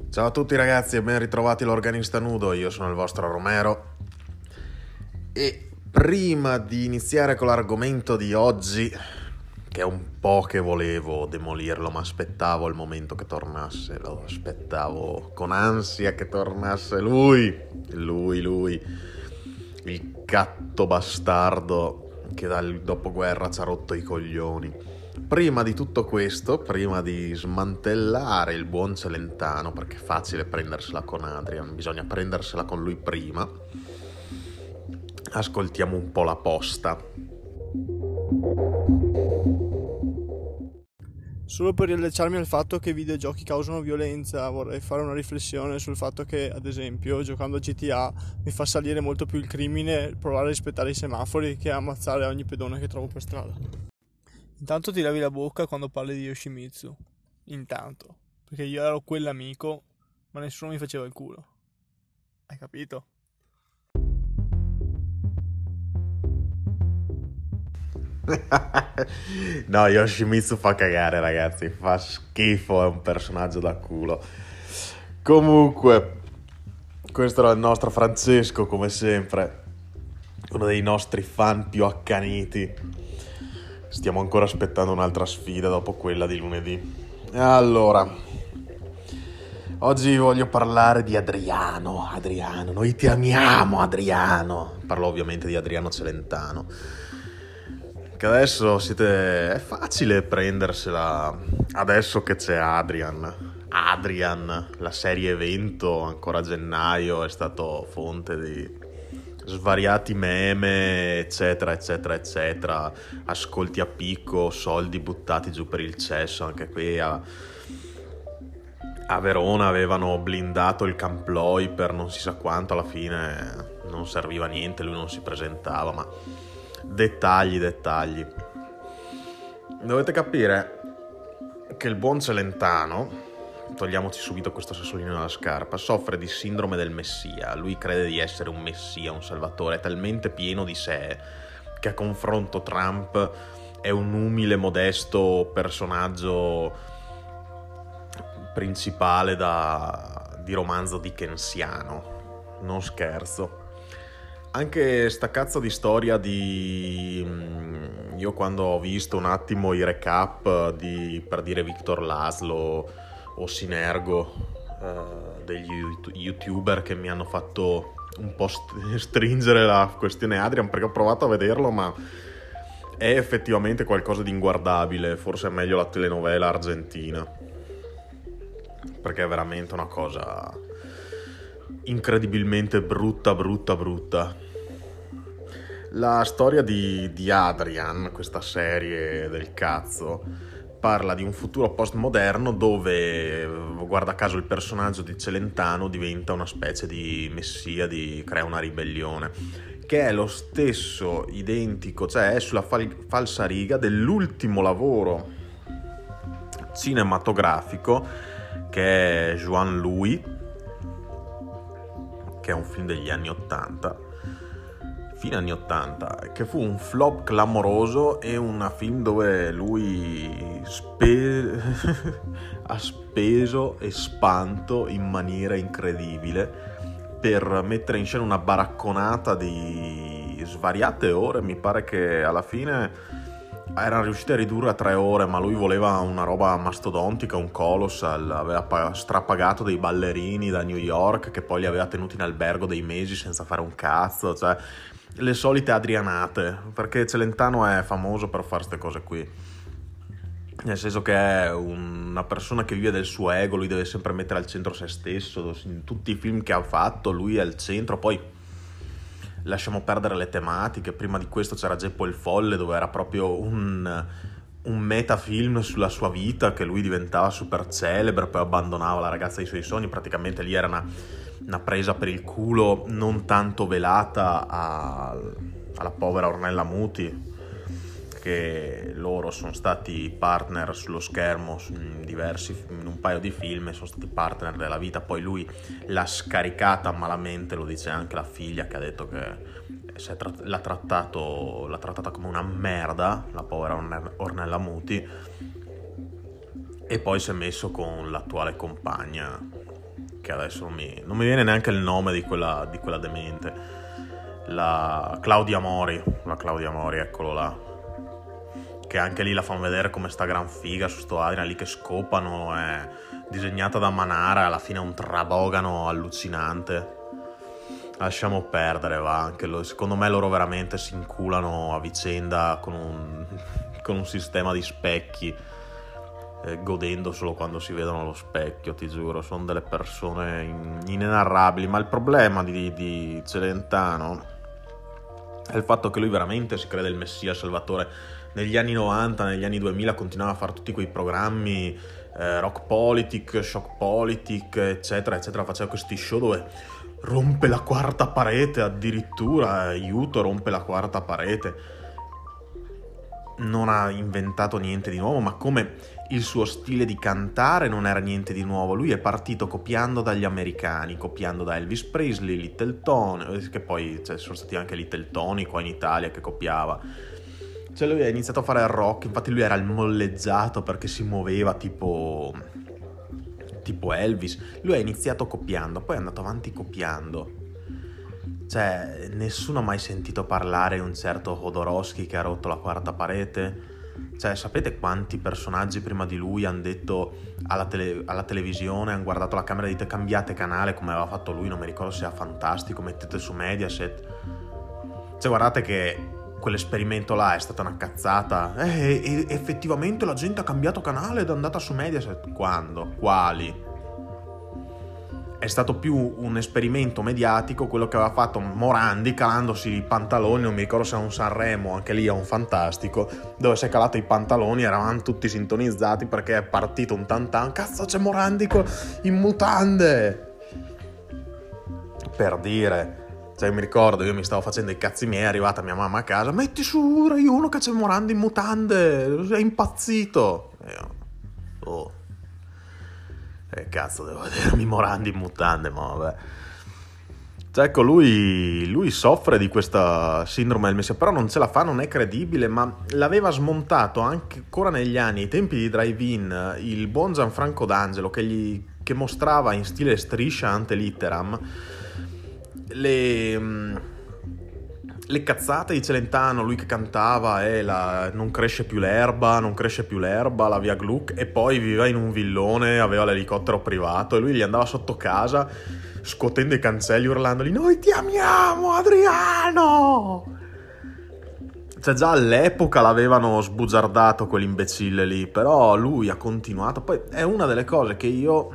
Ciao a tutti ragazzi e ben ritrovati l'Organista Nudo, io sono il vostro Romero e prima di iniziare con l'argomento di oggi, che è un po' che volevo demolirlo ma aspettavo il momento che tornasse, lo aspettavo con ansia che tornasse lui, il gatto bastardo che dal dopoguerra ci ha rotto i coglioni. Prima di tutto questo, prima di smantellare il buon Celentano, perché è facile prendersela con Adrian, bisogna prendersela con lui prima, ascoltiamo un po' la posta. Solo per riallacciarmi al fatto che i videogiochi causano violenza, vorrei fare una riflessione sul fatto che, ad esempio, giocando a GTA mi fa salire molto più il crimine provare a rispettare i semafori che ammazzare ogni pedone che trovo per strada. Intanto ti lavi la bocca quando parli di Yoshimitsu. Intanto. Perché io ero quell'amico, ma nessuno mi faceva il culo. Hai capito? No, Yoshimitsu fa cagare ragazzi, fa schifo, è un personaggio da culo. Comunque, questo era il nostro Francesco, come sempre, uno dei nostri fan più accaniti. Stiamo ancora aspettando un'altra sfida dopo quella di lunedì. Allora, oggi voglio parlare di Adriano, noi ti amiamo Adriano. Parlo ovviamente di Adriano Celentano. Che adesso è facile prendersela, adesso che c'è Adrian, la serie evento, ancora a gennaio, è stato fonte di svariati meme, eccetera, eccetera, eccetera, ascolti a picco, soldi buttati giù per il cesso, anche qui a Verona avevano blindato il Camploi per non si sa quanto, alla fine non serviva a niente, lui non si presentava, ma dettagli. Dovete capire che il buon Celentano, togliamoci subito questo sassolino dalla scarpa, soffre di sindrome del messia. Lui crede di essere un messia, un salvatore, è talmente pieno di sé che a confronto Trump è un umile, modesto personaggio principale di romanzo dickensiano. Non scherzo. Anche sta cazzo di storia io quando ho visto un attimo i recap per dire Victor Laszlo o Sinergo, degli youtuber che mi hanno fatto un po' stringere la questione Adrian, perché ho provato a vederlo ma è effettivamente qualcosa di inguardabile, forse è meglio la telenovela argentina, perché è veramente una cosa incredibilmente brutta. La storia di Adrian, questa serie del cazzo, parla di un futuro postmoderno dove, guarda caso, il personaggio di Celentano diventa una specie di messia, crea una ribellione, che è lo stesso identico, cioè è sulla falsa riga dell'ultimo lavoro cinematografico che è Juan Louis, che è un film degli anni 80, fine anni 80, che fu un flop clamoroso e un film dove lui ha speso e spanto in maniera incredibile per mettere in scena una baracconata di svariate ore. Mi pare che alla fine erano riusciti a ridurre a 3 ore, ma lui voleva una roba mastodontica, un colossal, aveva strapagato dei ballerini da New York che poi li aveva tenuti in albergo dei mesi senza fare un cazzo, cioè le solite adrianate, perché Celentano è famoso per fare queste cose qui, nel senso che è una persona che vive del suo ego, lui deve sempre mettere al centro se stesso, in tutti i film che ha fatto lui è al centro. Poi lasciamo perdere le tematiche, prima di questo c'era Geppo il Folle, dove era proprio un metafilm sulla sua vita, che lui diventava super celebre, poi abbandonava la ragazza dei suoi sogni, praticamente lì era una presa per il culo non tanto velata alla povera Ornella Muti, che loro sono stati partner sullo schermo in un paio di film, sono stati partner della vita. Poi lui l'ha scaricata malamente, lo dice anche la figlia, che ha detto che l'ha trattata come una merda, la povera Ornella Muti, e poi si è messo con l'attuale compagna che adesso non mi viene neanche il nome di quella demente, la Claudia Mori, eccolo là, che anche lì la fanno vedere come sta gran figa su sto Adrian lì che scopano, è disegnata da Manara, alla fine è un trabogano allucinante. Lasciamo perdere, va, anche secondo me loro veramente si inculano a vicenda con un sistema di specchi, godendo solo quando si vedono allo specchio, ti giuro, sono delle persone inenarrabili. Ma il problema di Celentano è il fatto che lui veramente si crede il messia salvatore. Negli anni 90, negli anni 2000 continuava a fare tutti quei programmi rock politic, shock politic, eccetera eccetera, faceva questi show dove rompe la quarta parete, addirittura, aiuto, rompe la quarta parete. Non ha inventato niente di nuovo, ma come il suo stile di cantare non era niente di nuovo, lui è partito copiando dagli americani, copiando da Elvis Presley, Little Tony, che poi sono stati anche Little Tony qua in Italia che copiava. Cioè lui ha iniziato a fare il rock, infatti lui era il molleggiato perché si muoveva tipo Elvis. Lui ha iniziato copiando, poi è andato avanti copiando. Cioè, nessuno ha mai sentito parlare di un certo Jodorowsky che ha rotto la quarta parete? Cioè, sapete quanti personaggi prima di lui hanno detto alla televisione, hanno guardato la camera e dite cambiate canale come aveva fatto lui, non mi ricordo se era Fantastico, mettete su Mediaset. Cioè, guardate che quell'esperimento là è stata una cazzata. Effettivamente la gente ha cambiato canale ed è andata su Mediaset. Quando? Quali? È stato più un esperimento mediatico quello che aveva fatto Morandi calandosi i pantaloni, non mi ricordo se era un Sanremo, anche lì è un Fantastico, dove si è calato i pantaloni, eravamo tutti sintonizzati perché è partito un tantan, cazzo c'è Morandi in mutande, per dire. Cioè mi ricordo, io mi stavo facendo i cazzi miei, è arrivata mia mamma a casa, metti su Rai 1 che c'è Morandi in mutande, è impazzito. E io, oh, cazzo devo vedermi Morandi in mutande, ma vabbè. Cioè ecco, lui soffre di questa sindrome del messia, però non ce la fa, non è credibile, ma l'aveva smontato anche ancora negli anni, ai tempi di Drive-In, il buon Gianfranco D'Angelo che mostrava in stile striscia ante litteram le cazzate di Celentano, lui che cantava non cresce più l'erba, la via Gluck, e poi viveva in un villone, aveva l'elicottero privato e lui gli andava sotto casa scuotendo i cancelli, urlandogli noi ti amiamo Adriano. Cioè già all'epoca l'avevano sbugiardato quell'imbecille lì, però lui ha continuato. Poi è una delle cose che io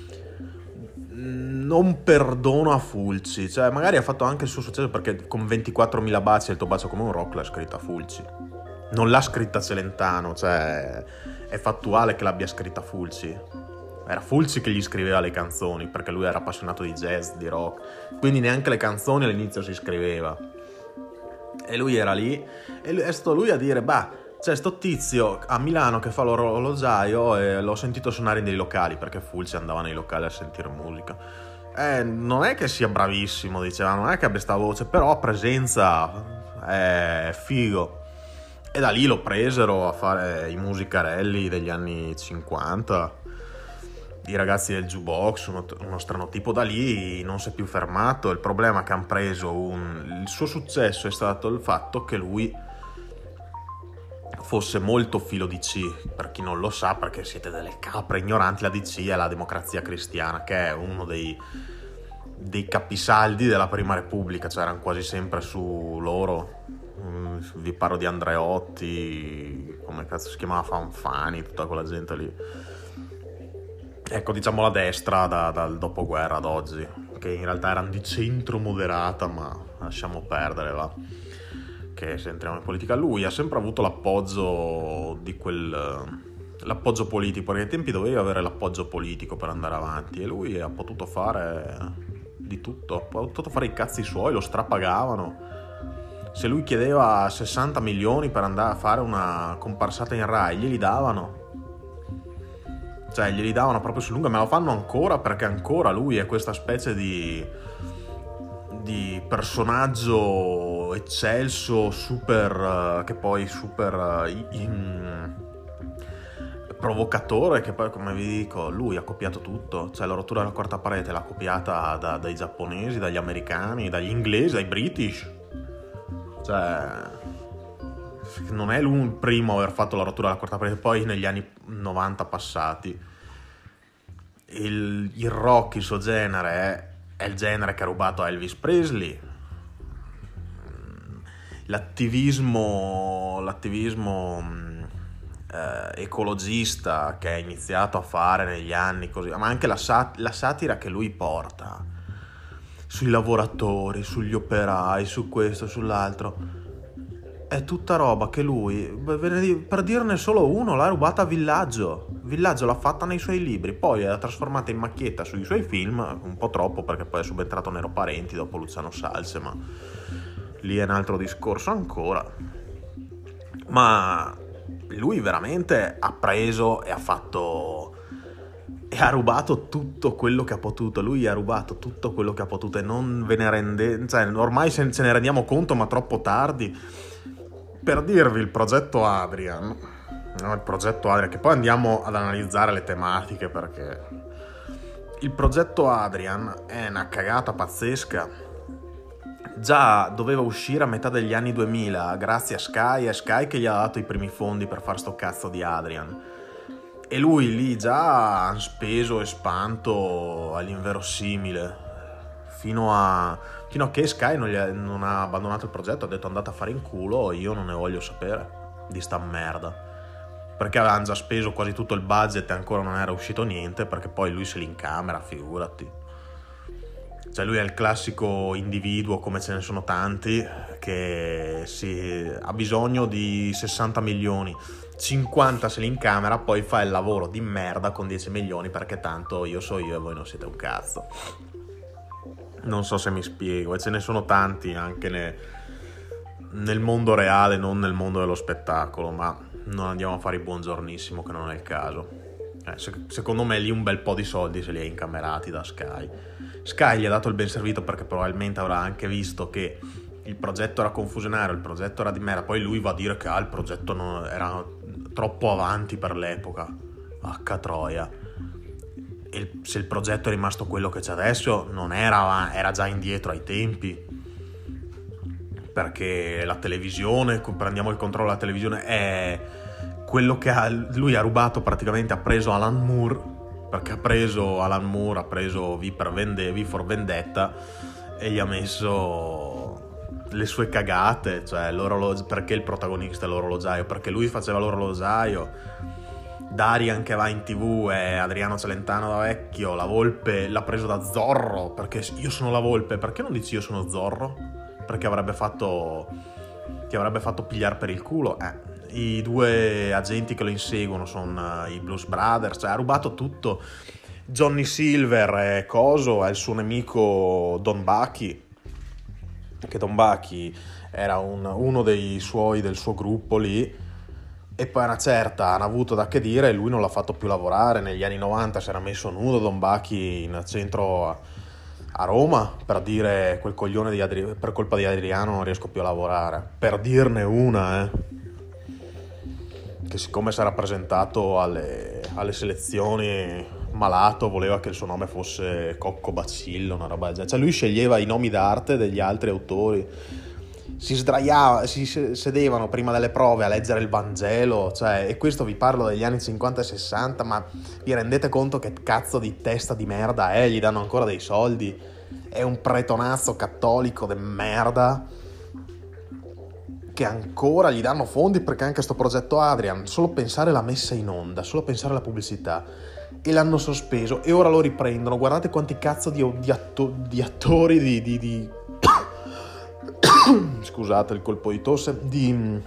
non perdono a Fulci, cioè magari ha fatto anche il suo successo perché con 24.000 baci e il tuo bacio come un rock l'ha scritta Fulci, non l'ha scritta Celentano, cioè è fattuale che l'abbia scritta Fulci, era Fulci che gli scriveva le canzoni perché lui era appassionato di jazz, di rock, quindi neanche le canzoni all'inizio si scriveva e lui era lì e è stato lui a dire c'è sto tizio a Milano che fa l'orologiaio e l'ho sentito suonare in dei locali, perché Fulci andava nei locali a sentire musica. Non è che sia bravissimo, diceva, non è che abbia sta voce, però presenza è figo. E da lì lo presero a fare i musicarelli degli anni 50, i ragazzi del jukebox, uno strano tipo. Da lì non si è più fermato. Il problema è che hanno preso il suo successo è stato il fatto che lui fosse molto filo DC. Per chi non lo sa, perché siete delle capre ignoranti, la DC è la Democrazia Cristiana, che è uno dei capisaldi della Prima Repubblica, cioè erano quasi sempre su loro. Vi parlo di Andreotti, come cazzo si chiamava, Fanfani, tutta quella gente lì. Ecco, diciamo la destra dal dopoguerra ad oggi, che in realtà erano di centro moderata, ma lasciamo perdere, va. Che se entriamo in politica, lui ha sempre avuto l'appoggio l'appoggio politico, perché ai tempi dovevi avere l'appoggio politico per andare avanti, e lui ha potuto fare di tutto, ha potuto fare i cazzi suoi, lo strapagavano. Se lui chiedeva 60 milioni per andare a fare una comparsata in Rai, glieli davano. Cioè glieli davano proprio su lunga, me lo fanno ancora, perché ancora lui è questa specie di personaggio eccelso, super, che poi super provocatore, che poi, come vi dico, lui ha copiato tutto. Cioè la rottura della quarta parete l'ha copiata dai giapponesi, dagli americani, dagli inglesi, dai british. Cioè non è lui il primo a aver fatto la rottura della quarta parete. Poi negli anni 90 passati il rock, il suo genere è il genere che ha rubato a Elvis Presley. L'attivismo ecologista che ha iniziato a fare negli anni così, ma anche la satira che lui porta sui lavoratori, sugli operai, su questo, sull'altro, è tutta roba che lui, per dirne solo uno, l'ha rubata a Villaggio l'ha fatta nei suoi libri, poi l'ha trasformata in macchietta sui suoi film, un po' troppo perché poi è subentrato Nero Parenti dopo Luciano Salse, ma lì è un altro discorso ancora. Ma lui veramente ha preso e ha fatto e ha rubato tutto quello che ha potuto. Lui ha rubato tutto quello che ha potuto e non ve ne rendete, cioè ormai se ne rendiamo conto, ma troppo tardi. Per dirvi il progetto Adrian, no, il progetto Adrian, che poi andiamo ad analizzare le tematiche, perché il progetto Adrian è una cagata pazzesca. Già doveva uscire a metà degli anni 2000 grazie a Sky che gli ha dato i primi fondi per fare sto cazzo di Adrian, e lui lì già ha speso e spanto all'inverosimile fino a che Sky non ha abbandonato il progetto, ha detto andate a fare in culo, io non ne voglio sapere di sta merda, perché avevano già speso quasi tutto il budget e ancora non era uscito niente, perché poi lui se li incamera, figurati. Cioè lui è il classico individuo, come ce ne sono tanti, che ha bisogno di 60 milioni, 50 se li incamera, poi fa il lavoro di merda con 10 milioni, perché tanto io so io e voi non siete un cazzo. Non so se mi spiego, e ce ne sono tanti anche nel mondo reale, non nel mondo dello spettacolo, ma non andiamo a fare il buongiornissimo, che non è il caso. Secondo me lì un bel po' di soldi se li ha incamerati da Sky. Sky gli ha dato il ben servito perché probabilmente avrà anche visto che il progetto era confusionario, il progetto era di merda, poi lui va a dire che il progetto era troppo avanti per l'epoca. Vacca troia. E se il progetto è rimasto quello che c'è adesso, non era già indietro ai tempi, perché la televisione, prendiamo il controllo della televisione, è quello che lui ha rubato praticamente. Ha preso Alan Moore, perché ha preso V for Vendetta e gli ha messo le sue cagate, cioè l'orologio, perché il protagonista è l'orologiaio, perché lui faceva l'orologiaio. Darian che va in TV è Adriano Celentano da vecchio. La Volpe l'ha preso da Zorro, perché io sono la Volpe, perché non dici io sono Zorro? Perché ti avrebbe fatto pigliare per il culo. I due agenti che lo inseguono sono i Blues Brothers, cioè ha rubato tutto. Johnny Silver è il suo nemico Don Bucky, che Don Bucky era uno del suo gruppo lì, e poi una certa hanno avuto da che dire e lui non l'ha fatto più lavorare. Negli anni 90 si era messo nudo Don Bucky in centro a Roma per dire quel coglione per colpa di Adriano non riesco più a lavorare, per dirne una, che siccome si era presentato alle selezioni malato, voleva che il suo nome fosse Cocco Bacillo, una roba del genere. Cioè lui sceglieva i nomi d'arte degli altri autori, si sedevano prima delle prove a leggere il Vangelo, cioè, e questo vi parlo degli anni 50 e 60, ma vi rendete conto che cazzo di testa di merda è? Gli danno ancora dei soldi, è un pretonazzo cattolico de merda che ancora gli danno fondi, perché anche sto progetto Adrian, solo pensare alla messa in onda, solo pensare alla pubblicità, e l'hanno sospeso e ora lo riprendono. Guardate quanti cazzo di attori di scusate il colpo di tosse, di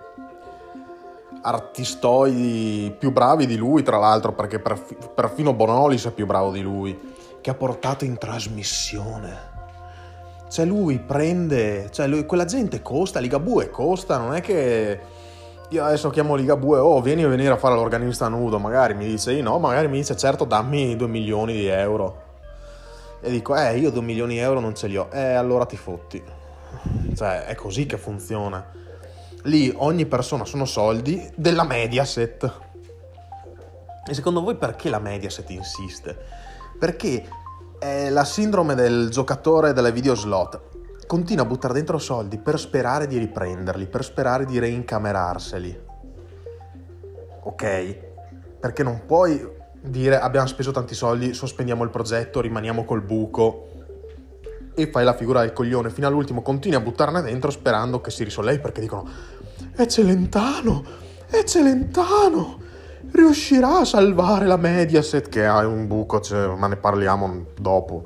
artistoi più bravi di lui, tra l'altro, perché perfino Bonolis è più bravo di lui, che ha portato in trasmissione. Cioè lui prende, quella gente costa, Ligabue costa, non è che io adesso chiamo Ligabue, vieni a venire a fare l'organista nudo, magari mi dice no, magari mi dice certo dammi 2 milioni di euro, e dico io 2 milioni di euro non ce li ho, allora ti fotti. Cioè è così che funziona lì, ogni persona sono soldi della Mediaset, E secondo voi perché la Mediaset insiste? Perché è la sindrome del giocatore delle videoslot. Continua a buttare dentro soldi per sperare di riprenderli, per sperare di reincamerarseli. Ok? Perché non puoi dire abbiamo speso tanti soldi, sospendiamo il progetto, rimaniamo col buco e fai la figura del coglione. Fino all'ultimo continui a buttarne dentro sperando che si risollevi, perché dicono è Celentano, riuscirà a salvare la Mediaset, che ha un buco, ma ne parliamo dopo.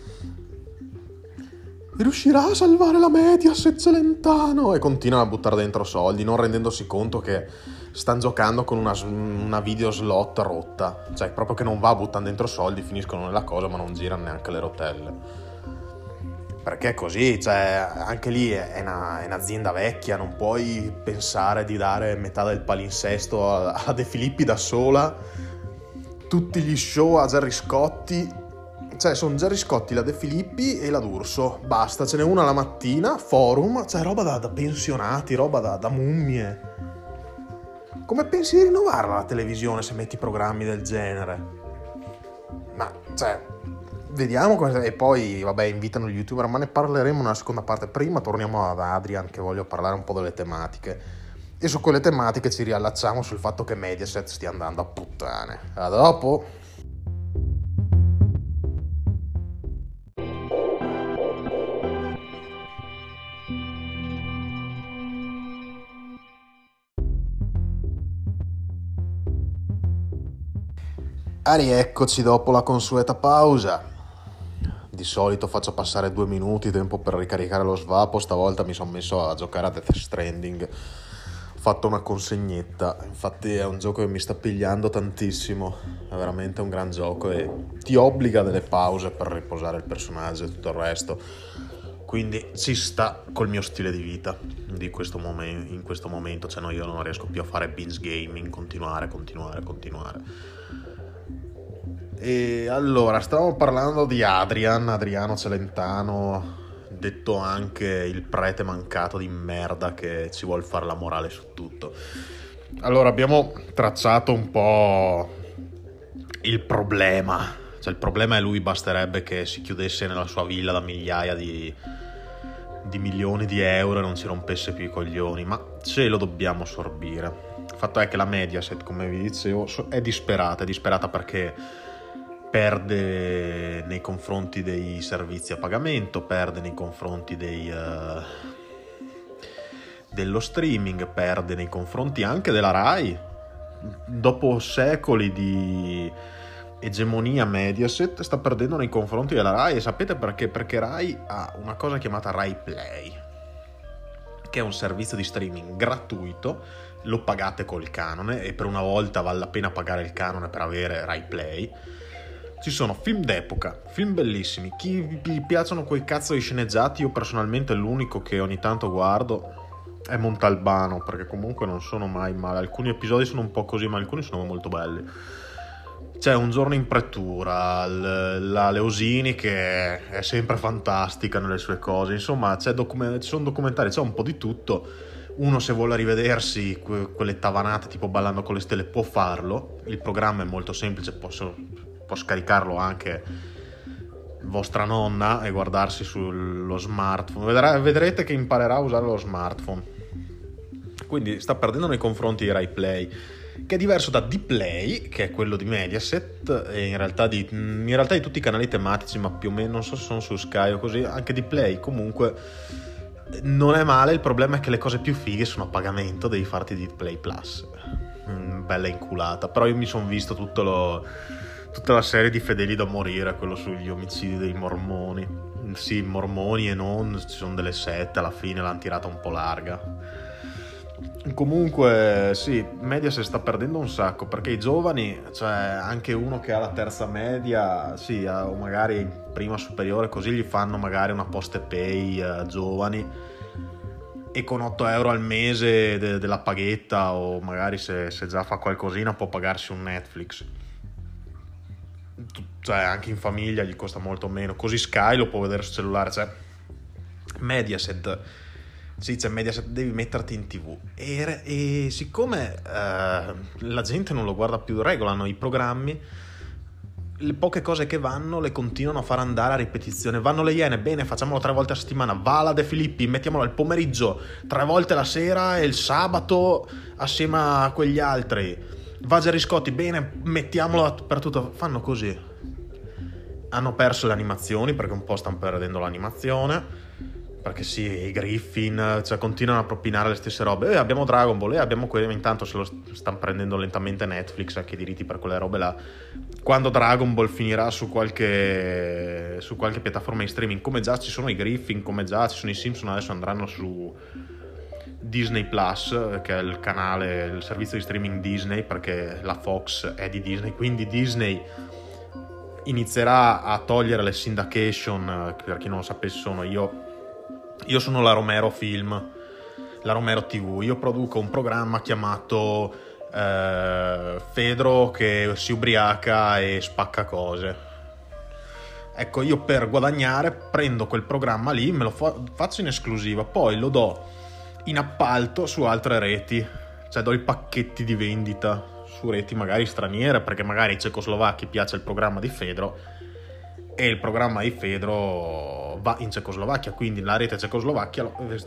Riuscirà a salvare la Mediaset, Celentano, e continuano a buttare dentro soldi, non rendendosi conto che stanno giocando con una videoslot rotta, cioè proprio che non va buttando dentro soldi, finiscono nella cosa ma non girano neanche le rotelle. Perché è così, cioè anche lì è un'azienda vecchia, non puoi pensare di dare metà del palinsesto a De Filippi da sola, tutti gli show a Gerry Scotti, cioè sono Gerry Scotti, la De Filippi e la D'Urso, basta, ce n'è una la mattina, forum, cioè roba da pensionati, roba da mummie. Come pensi di rinnovarla la televisione se metti programmi del genere? Ma, cioè, vediamo come... E poi, vabbè, invitano gli youtuber, ma ne parleremo nella seconda parte. Prima torniamo ad Adrian, che voglio parlare un po' delle tematiche. E su quelle tematiche ci riallacciamo sul fatto che Mediaset stia andando a puttane. A dopo! Rieccoci dopo la consueta pausa. Di solito faccio passare 2 minuti tempo per ricaricare lo svapo, stavolta mi sono messo a giocare a Death Stranding. Ho fatto una consegnetta, infatti è un gioco che mi sta pigliando tantissimo, è veramente un gran gioco e ti obbliga a delle pause per riposare il personaggio e tutto il resto. Quindi ci sta col mio stile di vita in questo momento, cioè no, io non riesco più a fare binge gaming, continuare. E allora, stavamo parlando di Adriano Celentano, detto anche il prete mancato di merda che ci vuol fare la morale su tutto. Allora, abbiamo tracciato un po' il problema. Cioè, il problema è lui, basterebbe che si chiudesse nella sua villa da migliaia di milioni di euro e non si rompesse più i coglioni, ma ce lo dobbiamo sorbire. Il fatto è che la Mediaset, come vi dicevo, è disperata perché perde nei confronti dei servizi a pagamento, perde nei confronti dello streaming, perde nei confronti anche della Rai. Dopo secoli di egemonia, Mediaset sta perdendo nei confronti della Rai. E sapete perché? Perché Rai ha una cosa chiamata Rai Play, che è un servizio di streaming gratuito, lo pagate col canone e per una volta vale la pena pagare il canone per avere Rai Play. Ci sono film d'epoca, film bellissimi. Chi gli piacciono quei cazzo di sceneggiati, io personalmente l'unico che ogni tanto guardo è Montalbano, perché comunque non sono mai male. Alcuni episodi sono un po' così, ma alcuni sono molto belli. C'è Un giorno in pretura, la Leosini che è sempre fantastica nelle sue cose. Insomma, ci sono documentari, c'è un po' di tutto. Uno, se vuole rivedersi quelle tavanate tipo Ballando con le stelle, può farlo. Il programma è molto semplice, può scaricarlo anche vostra nonna e guardarsi sullo smartphone. Vedrete che imparerà a usare lo smartphone. Quindi sta perdendo nei confronti di Rai Play, che è diverso da D-Play, che è quello di Mediaset, e in realtà di tutti i canali tematici, ma più o meno non so se sono su Sky o così. Anche D-Play comunque non è male. Il problema è che le cose più fighe sono a pagamento, devi farti D-Play Plus. Bella inculata. Però io mi sono visto tutta la serie di Fedeli da morire, quello sugli omicidi dei mormoni. Sì, mormoni e non, ci sono delle sette, alla fine l'hanno tirata un po' larga. Comunque sì, Mediaset sta perdendo un sacco, perché i giovani, cioè anche uno che ha la terza media, sì, o magari prima superiore, così gli fanno magari una post pay giovani, e con 8 euro al mese della paghetta, o magari se già fa qualcosina può pagarsi un Netflix. Cioè anche in famiglia gli costa molto meno, così Sky lo può vedere sul cellulare. Cioè Mediaset Sì, c'è Mediaset, devi metterti in TV. E siccome la gente non lo guarda più, regolano i programmi, le poche cose che vanno le continuano a far andare a ripetizione. Vanno le Iene, bene, facciamolo 3 volte a settimana. Va la De Filippi, mettiamolo al pomeriggio, 3 volte la sera e il sabato assieme a quegli altri. Va Gerry Scotti, bene, mettiamolo per tutto. Fanno così. Hanno perso le animazioni, perché un po' stanno perdendo l'animazione, perché sì, i Griffin, cioè continuano a propinare le stesse robe. Abbiamo Dragon Ball, abbiamo quelli, intanto se lo stanno prendendo lentamente Netflix, anche i diritti per quelle robe là. Quando Dragon Ball finirà su qualche piattaforma in streaming, come già ci sono i Griffin, come già ci sono i Simpson, adesso andranno su Disney Plus, che è il canale, il servizio di streaming Disney, perché la Fox è di Disney, quindi Disney inizierà a togliere le syndication. Per chi non lo sapesse, io sono la Romero Film, la Romero TV. Io produco un programma chiamato Fedro che si ubriaca e spacca cose. Ecco, io per guadagnare prendo quel programma lì, me lo faccio in esclusiva, poi lo do in appalto su altre reti, cioè do i pacchetti di vendita su reti magari straniere, perché magari ai cecoslovacchi piace il programma di Fedro e il programma di Fedro va in Cecoslovacchia, quindi la rete cecoslovacca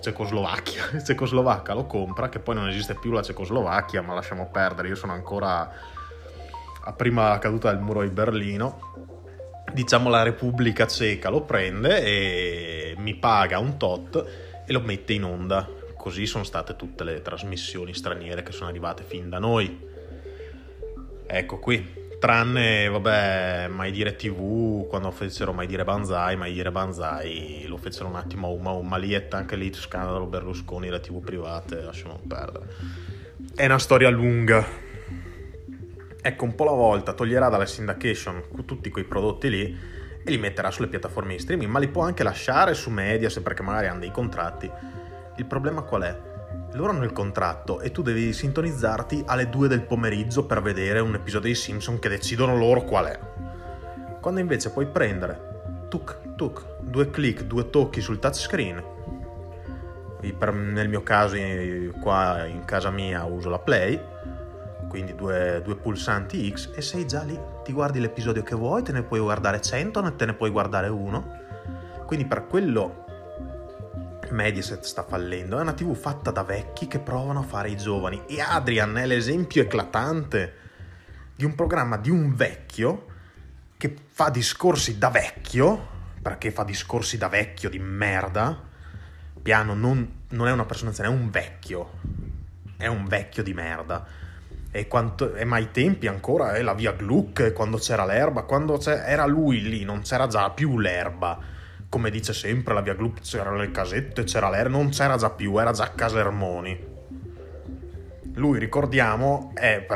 lo compra, che poi non esiste più la Cecoslovacchia, ma lasciamo perdere, io sono ancora a prima caduta del muro di Berlino. Diciamo la Repubblica Ceca lo prende e mi paga un tot e lo mette in onda. Così sono state tutte le trasmissioni straniere che sono arrivate fin da noi. Ecco qui. Tranne, vabbè, Mai Dire TV, quando fecero Mai Dire Banzai lo fecero un attimo a uma, lì è anche lì scandalo Berlusconi, le TV private, lasciamo perdere. È una storia lunga. Ecco, un po' alla volta toglierà dalle syndication tutti quei prodotti lì e li metterà sulle piattaforme di streaming, ma li può anche lasciare su Mediaset perché magari hanno dei contratti. Il problema qual è? Loro hanno il contratto e tu devi sintonizzarti alle 2 del pomeriggio per vedere un episodio di Simpson che decidono loro qual è. Quando invece puoi prendere 2 click, 2 tocchi sul touchscreen. Nel mio caso, qua in casa mia uso la Play, quindi due pulsanti X e sei già lì, ti guardi l'episodio che vuoi, te ne puoi guardare 100, te ne puoi guardare uno. Quindi per quello Mediaset sta fallendo, è una TV fatta da vecchi che provano a fare i giovani, e Adrian è l'esempio eclatante di un programma di un vecchio che fa discorsi da vecchio, perché fa discorsi da vecchio di merda. Piano non è una persona anziana, è un vecchio di merda. Ma ai tempi ancora è la via Gluck, quando c'era l'erba, era lui lì, non c'era già più l'erba. Come dice sempre la via Gluck, c'erano le casette, c'era l'erba, non c'era già più, era già Casermoni. Lui, ricordiamocelo,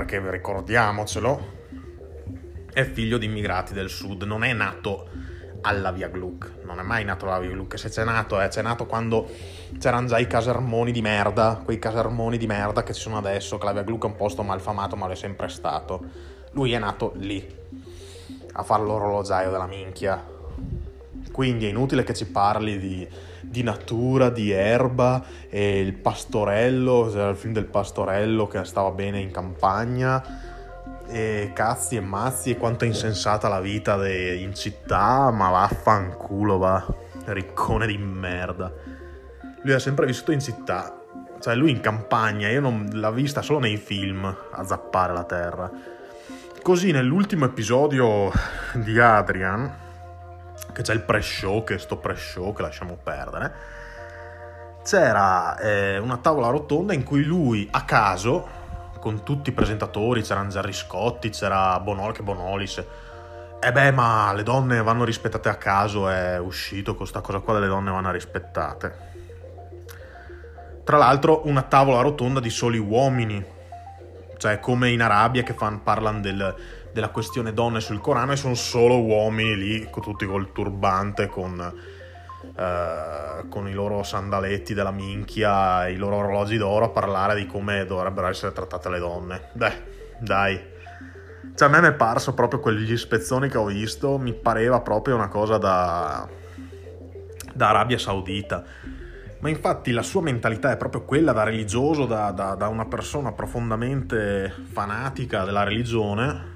è figlio di immigrati del sud, non è nato alla via Gluck, non è mai nato alla via Gluck. Se c'è nato quando c'erano già i casermoni di merda, quei casermoni di merda che ci sono adesso, che la via Gluck è un posto malfamato, ma lo è sempre stato. Lui è nato lì a fare l'orologiaio della minchia. Quindi è inutile che ci parli di natura, di erba, e il pastorello, c'era il film del pastorello che stava bene in campagna, e cazzi e mazzi, e quanto è insensata la vita in città, ma vaffanculo, va, riccone di merda. Lui ha sempre vissuto in città, cioè lui in campagna, io non l'ho vista solo nei film a zappare la terra. Così nell'ultimo episodio di Adrian, che c'è il pre-show, che lasciamo perdere, c'era una tavola rotonda in cui lui, a caso, con tutti i presentatori, c'erano Gerry Scotti, c'era Bonolis, ma le donne vanno rispettate a caso, è uscito con sta cosa qua, delle donne vanno rispettate. Tra l'altro una tavola rotonda di soli uomini, cioè come in Arabia che parlano della questione donne sul Corano, e sono solo uomini lì, tutti col turbante, con i loro sandaletti della minchia, i loro orologi d'oro, a parlare di come dovrebbero essere trattate le donne. Dai. Cioè a me mi è parso proprio quegli spezzoni che ho visto, mi pareva proprio una cosa da Arabia Saudita. Ma infatti la sua mentalità è proprio quella da religioso, da una persona profondamente fanatica della religione,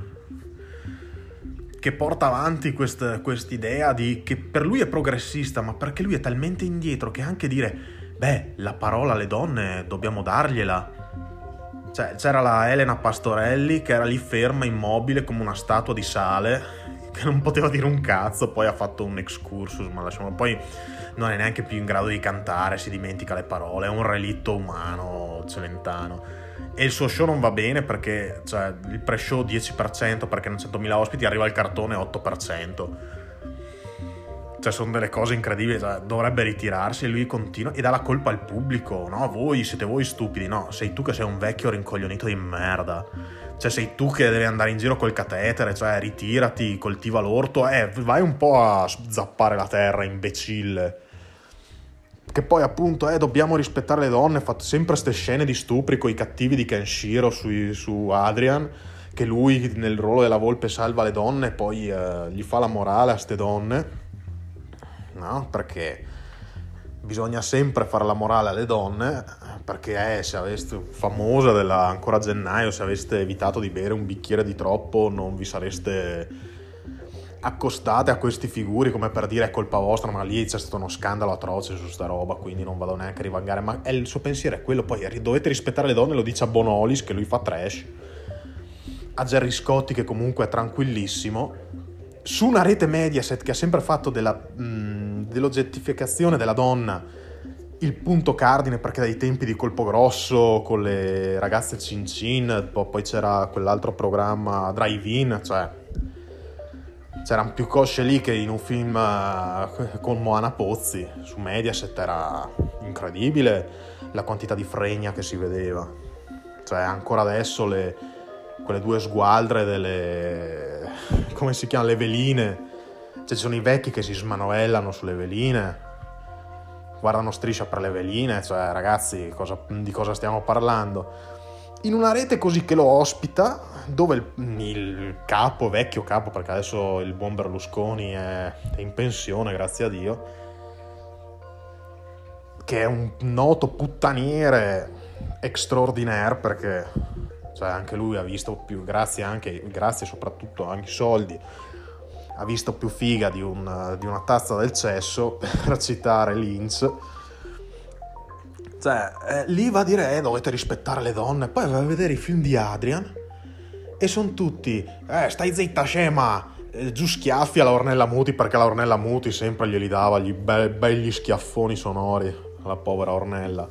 che porta avanti quest'idea che per lui è progressista, ma perché lui è talmente indietro che anche dire, beh, la parola alle donne dobbiamo dargliela. Cioè, c'era la Elena Pastorelli che era lì ferma, immobile, come una statua di sale, che non poteva dire un cazzo, poi ha fatto un excursus, ma lasciamo, poi non è neanche più in grado di cantare, si dimentica le parole, è un relitto umano Celentano. E il suo show non va bene perché, cioè, il pre-show 10% perché hanno 100.000 ospiti, arriva il cartone 8%. Cioè, sono delle cose incredibili, cioè, dovrebbe ritirarsi e lui continua e dà la colpa al pubblico. No, voi siete voi stupidi. No, sei tu che sei un vecchio rincoglionito di merda. Cioè, sei tu che devi andare in giro col catetere, cioè, ritirati, coltiva l'orto, vai un po' a zappare la terra, imbecille. Che poi appunto dobbiamo rispettare le donne, fate sempre ste scene di stupri con i cattivi di Kenshiro su Adrian, che lui nel ruolo della volpe salva le donne e poi gli fa la morale a ste donne. No, perché bisogna sempre fare la morale alle donne, perché se aveste famosa ancora a gennaio, se aveste evitato di bere un bicchiere di troppo non vi sareste accostate a questi figuri come per dire è colpa vostra, ma lì c'è stato uno scandalo atroce su sta roba, quindi non vado neanche a rivangare, ma il suo pensiero è quello. Poi dovete rispettare le donne, lo dice a Bonolis che lui fa trash, a Gerry Scotti che comunque è tranquillissimo, su una rete Mediaset che ha sempre fatto dell'oggettificazione della donna il punto cardine, perché dai tempi di Colpo Grosso con le ragazze Cin Cin, poi c'era quell'altro programma Drive-In, cioè c'erano più cosce lì che in un film con Moana Pozzi su Mediaset. Era incredibile la quantità di fregna che si vedeva, cioè ancora adesso quelle due sgualdre delle, come si chiamano, le veline, cioè ci sono i vecchi che si smanovellano sulle veline, guardano Striscia per le veline, cioè ragazzi, di cosa stiamo parlando? In una rete così che lo ospita, dove il capo, vecchio capo, perché adesso il buon Berlusconi è in pensione, grazie a Dio, che è un noto puttaniere extraordinaire, perché cioè anche lui ha visto più, grazie soprattutto anche i soldi, ha visto più figa di una tazza del cesso, per citare Lynch. Cioè, lì va a dire dovete rispettare le donne. Poi va a vedere i film di Adrian e sono tutti stai zitta scema, giù schiaffi alla Ornella Muti, perché la Ornella Muti sempre glieli dava gli belli schiaffoni sonori alla povera Ornella.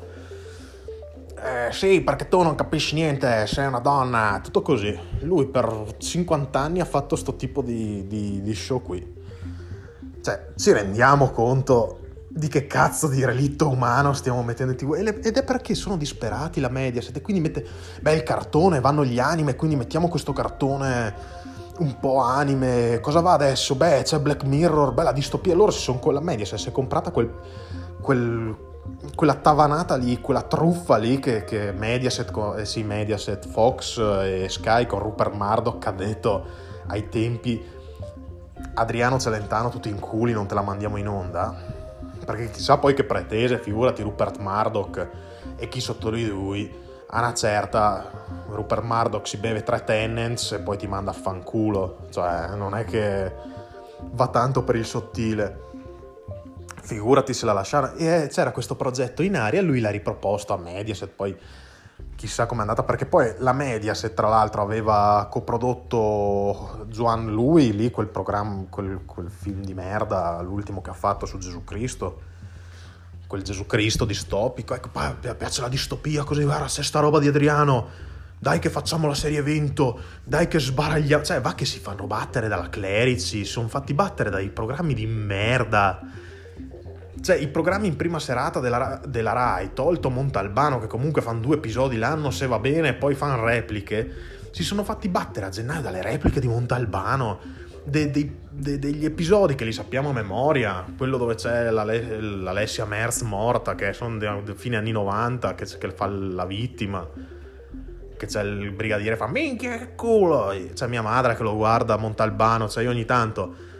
Sì, perché tu non capisci niente, sei una donna, tutto così. Lui per 50 anni ha fatto sto tipo di show qui. Cioè, ci rendiamo conto di che cazzo di relitto umano stiamo mettendo in TV? Ed è perché sono disperati la Mediaset e quindi mette il cartone, vanno gli anime, quindi mettiamo questo cartone un po' anime. Cosa va adesso? C'è Black Mirror, la distopia. Loro con la Mediaset si è comprata quella tavanata lì, quella truffa lì che Mediaset, Fox e Sky con Rupert Murdoch ha detto ai tempi: Adriano Celentano, tutti in culi, non te la mandiamo in onda. Perché chissà poi che pretese, figurati Rupert Murdoch e chi sotto di lui. A una certa Rupert Murdoch si beve 3 Tennents e poi ti manda a fanculo, cioè non è che va tanto per il sottile. Figurati se la lasciarono. E c'era questo progetto in aria, lui l'ha riproposto a Mediaset, poi chissà com'è andata, perché poi la Mediaset tra l'altro aveva coprodotto Juan Lui lì, quel programma, quel film di merda, l'ultimo che ha fatto su Gesù Cristo, quel Gesù Cristo distopico. Ecco, piace la distopia così, guarda, se sta roba di Adriano, dai che facciamo la serie evento, dai che sbaragliamo, cioè va che si fanno battere dalla Clerici, sono fatti battere dai programmi di merda. Cioè i programmi in prima serata della Rai, tolto Montalbano che comunque fanno 2 episodi l'anno se va bene e poi fanno repliche, si sono fatti battere a gennaio dalle repliche di Montalbano, degli episodi che li sappiamo a memoria, quello dove c'è l'Alessia Merz morta, che sono fine anni 90, che fa la vittima, che c'è il brigadiere fa minchia che culo, c'è mia madre che lo guarda Montalbano, cioè io ogni tanto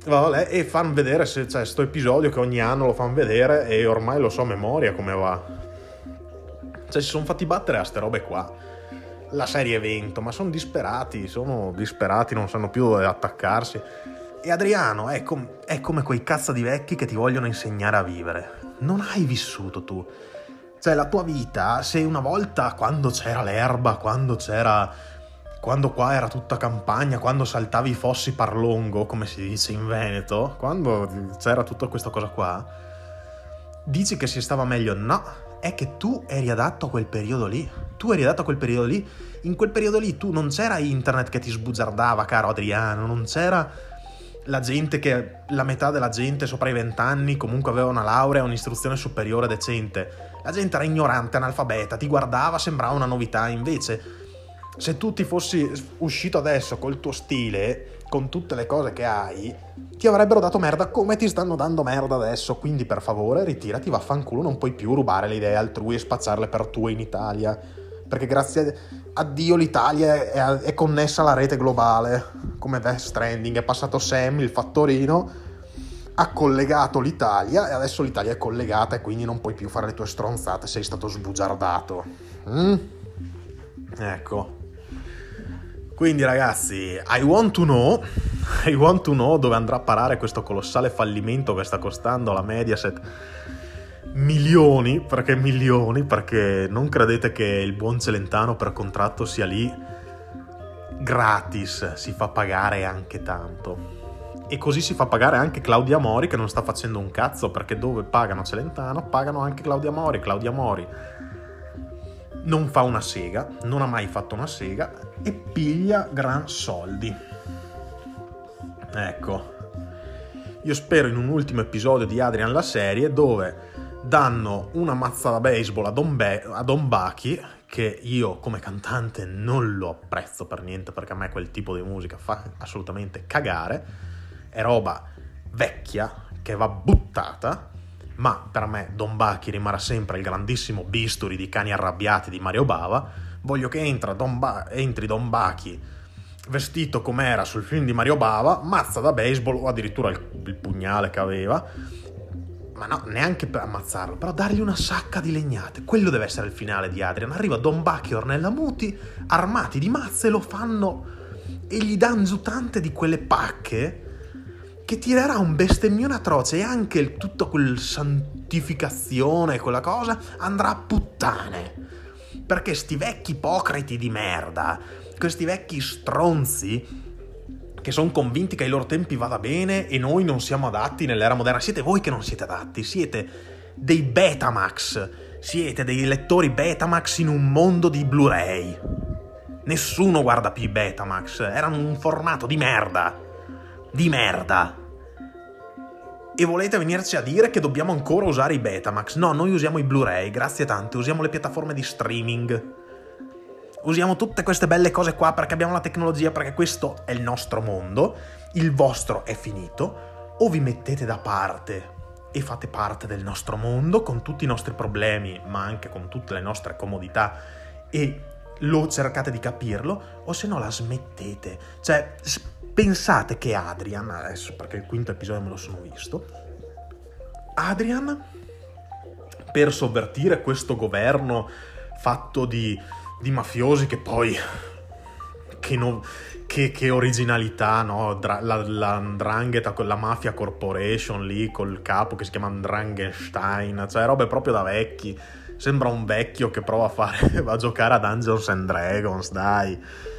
Vabbè, e fanno vedere, cioè, sto episodio che ogni anno lo fanno vedere e ormai lo so a memoria come va. Cioè, si sono fatti battere a ste robe qua. La serie evento, ma sono disperati, non sanno più dove attaccarsi. E Adriano è come quei cazzo di vecchi che ti vogliono insegnare a vivere. Non hai vissuto tu. Cioè, la tua vita, se una volta, quando c'era l'erba, quando qua era tutta campagna, quando saltavi i fossi parlaongo, come si dice in Veneto, quando c'era tutta questa cosa qua, dici che si stava meglio? No, è che tu eri adatto a quel periodo lì. In quel periodo lì tu non c'era internet che ti sbugiardava, caro Adriano, non c'era la metà della gente sopra i 20 anni comunque aveva una laurea o un'istruzione superiore decente. La gente era ignorante, analfabeta, ti guardava, sembrava una novità. Invece, se tu ti fossi uscito adesso col tuo stile, con tutte le cose che hai, ti avrebbero dato merda come ti stanno dando merda adesso. Quindi per favore ritirati, vaffanculo, non puoi più rubare le idee altrui e spacciarle per tue in Italia, perché grazie a Dio l'Italia è connessa alla rete globale. Come Death Stranding, è passato Sam, il fattorino, ha collegato l'Italia e adesso l'Italia è collegata e quindi non puoi più fare le tue stronzate, sei stato sbugiardato. Ecco. Quindi ragazzi, I want to know dove andrà a parare questo colossale fallimento che sta costando alla Mediaset milioni, perché non credete che il buon Celentano per contratto sia lì gratis, si fa pagare anche tanto. E così si fa pagare anche Claudia Mori, che non sta facendo un cazzo, perché dove pagano Celentano pagano anche Claudia Mori. Claudia Mori non fa una sega, non ha mai fatto una sega e piglia gran soldi. Ecco, io spero in un ultimo episodio di Adrian la serie dove danno una mazza da baseball a Don Bachi, che io come cantante non lo apprezzo per niente, perché a me quel tipo di musica fa assolutamente cagare, è roba vecchia che va buttata. Ma per me Don Bachi rimarrà sempre il grandissimo bisturi di Cani arrabbiati di Mario Bava. Voglio che entri Don Bachi vestito com'era sul film di Mario Bava, mazza da baseball o addirittura il pugnale che aveva, ma no, neanche per ammazzarlo, però dargli una sacca di legnate. Quello deve essere il finale di Adrian. Arriva Don Bachi e Ornella Muti armati di mazze, lo fanno e gli danno giù tante di quelle pacche che tirerà un bestemmione atroce, e anche tutta quel santificazione, quella cosa, andrà a puttane. Perché sti vecchi ipocriti di merda, questi vecchi stronzi che sono convinti che ai loro tempi vada bene e noi non siamo adatti nell'era moderna, siete voi che non siete adatti, siete dei Betamax, siete dei lettori Betamax in un mondo di Blu-ray. Nessuno guarda più i Betamax, erano un formato di merda. E volete venirci a dire che dobbiamo ancora usare i Betamax? No, noi usiamo i Blu-ray, grazie tante, usiamo le piattaforme di streaming, usiamo tutte queste belle cose qua perché abbiamo la tecnologia, perché questo è il nostro mondo. Il vostro è finito, o vi mettete da parte e fate parte del nostro mondo con tutti i nostri problemi ma anche con tutte le nostre comodità e lo cercate di capirlo, o se no la smettete. Cioè, pensate che Adrian, adesso perché il quinto episodio me lo sono visto, Adrian, per sovvertire questo governo fatto di mafiosi che poi che originalità, no? La 'ndrangheta con la Mafia Corporation lì col capo che si chiama Ndranghestein, cioè robe proprio da vecchi. Sembra un vecchio che prova a giocare a Dungeons and Dragons, dai.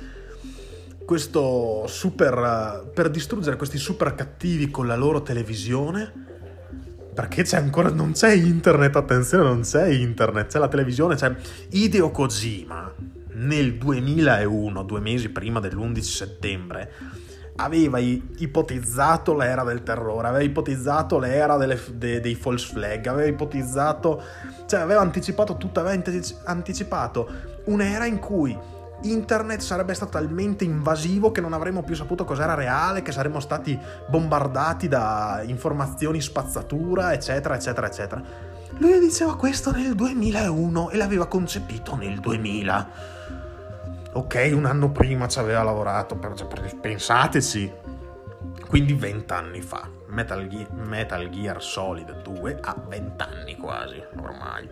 Questo per distruggere questi super cattivi con la loro televisione, perché non c'è internet, attenzione, non c'è internet, c'è la televisione. C'è Hideo Kojima nel 2001, 2 mesi prima dell'11 settembre, aveva ipotizzato l'era del terrore, aveva ipotizzato l'era dei false flag, aveva anticipato tutto, aveva anticipato un'era in cui internet sarebbe stato talmente invasivo che non avremmo più saputo cos'era reale, che saremmo stati bombardati da informazioni spazzatura, eccetera, eccetera, eccetera. Lui diceva questo nel 2001 e l'aveva concepito nel 2000. Ok, un anno prima ci aveva lavorato, pensateci. Quindi 20 anni fa. Metal Gear Solid 2 ha 20 anni quasi, ormai.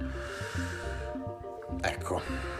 Ecco.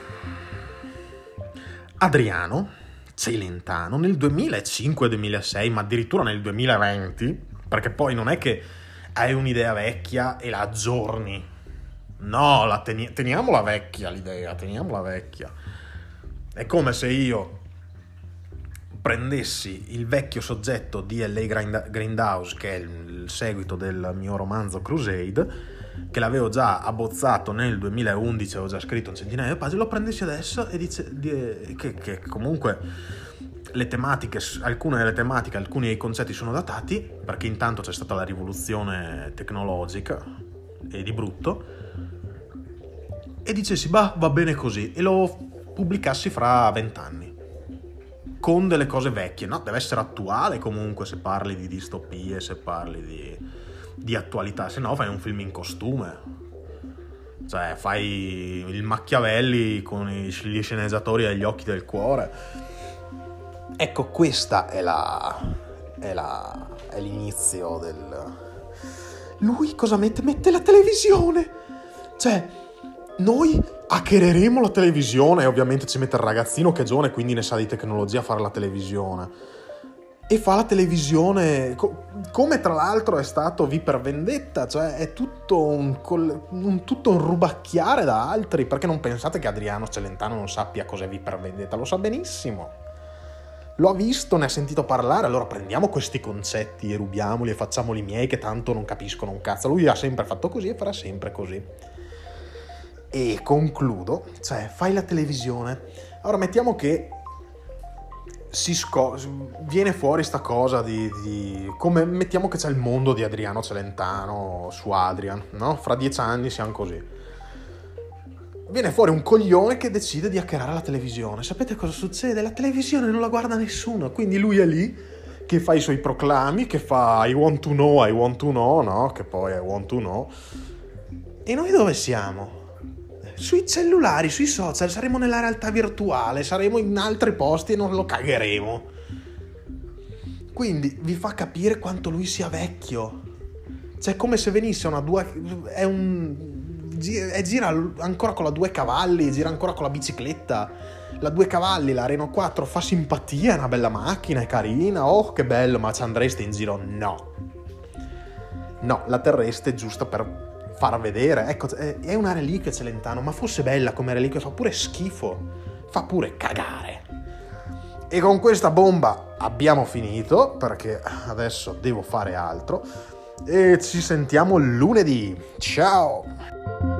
Adriano Celentano nel 2005-2006, ma addirittura nel 2020, perché poi non è che hai un'idea vecchia e la aggiorni. No, teniamola vecchia l'idea, teniamola vecchia. È come se io prendessi il vecchio soggetto di L.A. Grindhouse, che è il seguito del mio romanzo Crusade, che l'avevo già abbozzato nel 2011, avevo già scritto un centinaio di pagine, lo prendessi adesso e che comunque le tematiche, alcune delle tematiche, alcuni dei concetti sono datati, perché intanto c'è stata la rivoluzione tecnologica e di brutto, e dicessi va bene così, e lo pubblicassi fra 20 anni con delle cose vecchie. No, deve essere attuale comunque, se parli di distopie, se parli di attualità, se no fai un film in costume, cioè fai il Machiavelli con gli sceneggiatori agli occhi del cuore. Ecco, questa è l'inizio del... Lui cosa mette? Mette la televisione, cioè noi hackereremo la televisione, e ovviamente ci mette il ragazzino che è giovane, quindi ne sa di tecnologia, a fare la televisione, e fa la televisione come tra l'altro è stato V per Vendetta, cioè è tutto un rubacchiare da altri. Perché non pensate che Adriano Celentano non sappia cos'è V per Vendetta? Lo sa benissimo, lo ha visto, ne ha sentito parlare. Allora prendiamo questi concetti e rubiamoli e facciamoli miei, che tanto non capiscono un cazzo. Lui ha sempre fatto così e farà sempre così. E concludo, cioè fai la televisione, allora mettiamo che viene fuori sta cosa di come mettiamo che c'è il mondo di Adriano Celentano su Adrian, no? Fra 10 anni siamo così. Viene fuori un coglione che decide di hackerare la televisione. Sapete cosa succede? La televisione non la guarda nessuno, quindi lui è lì che fa i suoi proclami, che fa I want to know, no? Che poi I want to know. E noi dove siamo? Sui cellulari, sui social, saremo nella realtà virtuale, saremo in altri posti e non lo cagheremo. Quindi vi fa capire quanto lui sia vecchio. Cioè, come se venisse gira ancora con la 2 cavalli, gira ancora con la bicicletta. La 2 cavalli, la Renault 4 fa simpatia, è una bella macchina, è carina, oh che bello, ma ci andreste in giro? No, la terreste giusto per far vedere, ecco, è una reliquia Celentano, ma fosse bella come reliquia, fa pure schifo, fa pure cagare. E con questa bomba abbiamo finito, perché adesso devo fare altro, e ci sentiamo lunedì. Ciao!